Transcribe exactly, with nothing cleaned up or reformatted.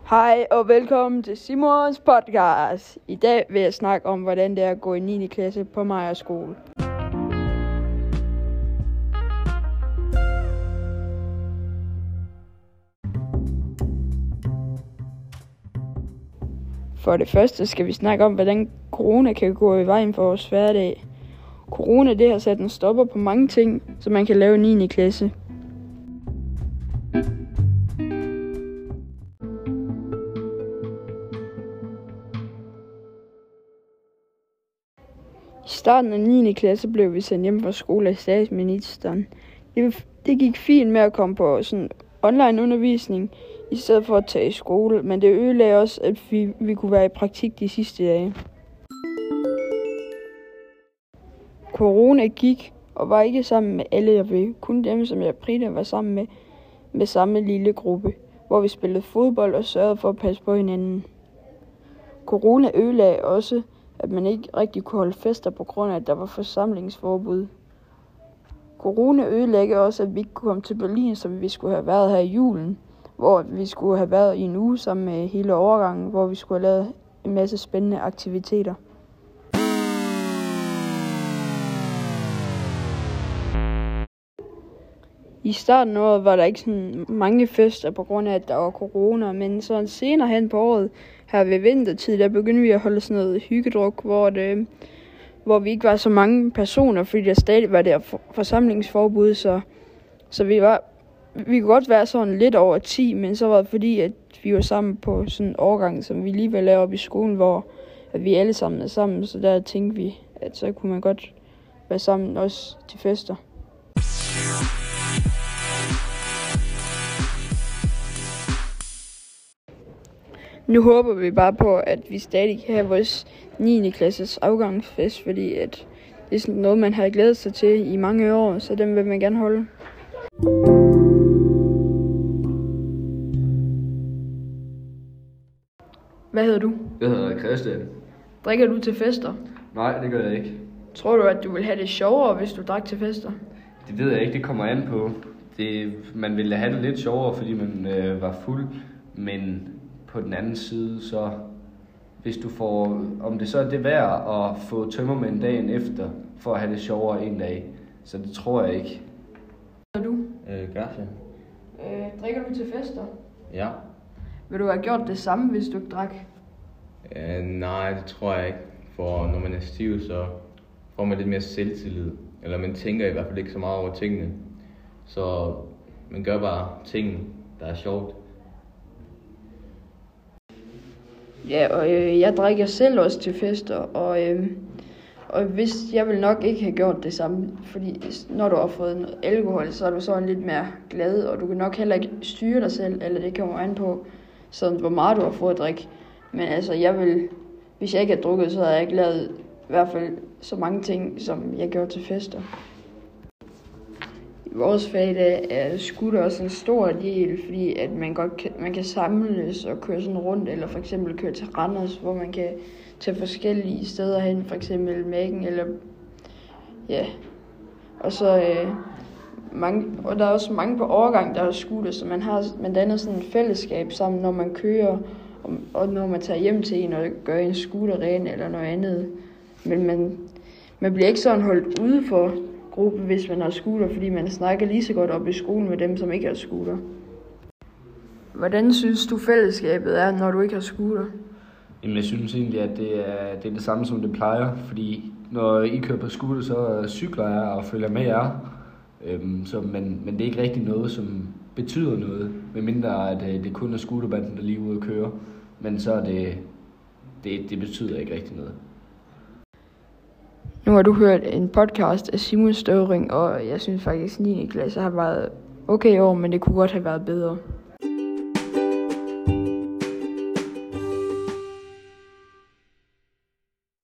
Hej og velkommen til Simons podcast. I dag vil jeg snakke om, hvordan det er at gå i niende klasse på Meyer skole. For det første skal vi snakke om, hvordan corona kan gå i vejen for vores hverdag. Corona det har sat en stopper på mange ting, som man kan lave i niende klasse. I starten af niende klasse blev vi sendt hjem fra skole af statsministeren. Det, det gik fint med at komme på sådan online undervisning, i stedet for at tage i skole, men det ødelagde også, at vi, vi kunne være i praktik de sidste dage. Corona gik og var ikke sammen med alle, jeg ved. Kun dem, som jeg primært var sammen med, med samme lille gruppe, hvor vi spillede fodbold og sørgede for at passe på hinanden. Corona ødelagde også, at man ikke rigtig kunne holde fester på grund af, at der var forsamlingsforbud. Corona ødelagde også, at vi ikke kunne komme til Berlin, som vi skulle have været her i julen, hvor vi skulle have været i en uge sammen med hele årgangen, hvor vi skulle have lavet en masse spændende aktiviteter. I starten af året var der ikke sådan mange fester på grund af, at der var corona, men sådan senere hen på året, her ved vintertid, der begyndte vi at holde sådan noget hyggedruk, hvor, det, hvor vi ikke var så mange personer, fordi der stadig var der forsamlingsforbud, så, så vi var vi kunne godt være sådan lidt over ti, men så var det fordi, at vi var sammen på sådan en årgang, som vi lige ville lave op i skolen, hvor at vi alle sammen er sammen, så der tænkte vi, at så kunne man godt være sammen også til fester. Nu håber vi bare på, at vi stadig kan have vores niende klasses afgangsfest, fordi at det er sådan noget, man har glædet sig til i mange år, så den vil man gerne holde. Hvad hedder du? Jeg hedder Christian. Drikker du til fester? Nej, det gør jeg ikke. Tror du, at du vil have det sjovere, hvis du drak til fester? Det ved jeg ikke, det kommer an på. Det, man ville have det lidt sjovere, fordi man øh, var fuld, men på den anden side, så hvis du får, om det så er det værd at få tømmermænd dagen efter, for at have det sjovere en dag, så det tror jeg ikke. Hvad er du? Øh, Gerse. Øh, drikker du til fester? Ja. Vil du have gjort det samme, hvis du ikke drak? Øh, nej, det tror jeg ikke. For når man er stiv, så får man lidt mere selvtillid. Eller man tænker i hvert fald ikke så meget over tingene. Så man gør bare ting, der er sjovt. Ja, og øh, jeg drikker selv også til fester, og, øh, og hvis jeg vil nok ikke have gjort det samme, fordi når du har fået noget alkohol, så er du sådan lidt mere glad, og du kan nok heller ikke styre dig selv, eller det kommer an på, sådan, hvor meget du har fået at drikke. Men altså, jeg vil, hvis jeg ikke havde drukket, så havde jeg ikke lavet i hvert fald så mange ting, som jeg gjorde til fester. I vores fag der er scooter også en stor del, fordi at man godt kan, man kan samles og køre sådan rundt, eller for eksempel køre til Randers, hvor man kan tage forskellige steder hen, for eksempel Mækken, eller ja, og så øh, mange, og der er også mange på overgang, der har scooter, så man har man danner sådan et fællesskab sammen, når man kører, og, og når man tager hjem til en og gør en scooter ren eller noget andet. Men man, man bliver ikke sådan holdt ude for gruppe, hvis man har scooter, fordi man snakker lige så godt op i skolen med dem, som ikke har scooter. Hvordan synes du fællesskabet er, når du ikke har scooter? Jamen, jeg synes egentlig, at det er, det er det samme, som det plejer, fordi når I kører på scooter, så cykler jeg og følger med jer. Øhm, så, men, men det er ikke rigtig noget, som betyder noget, medmindre at det kun er scooterbanden, der lige er ude at køre. Men så er det, det, det betyder ikke rigtig noget. Nu har du hørt en podcast af Simon Støvring, og jeg synes faktisk, at niende klasse har været okay år, men det kunne godt have været bedre.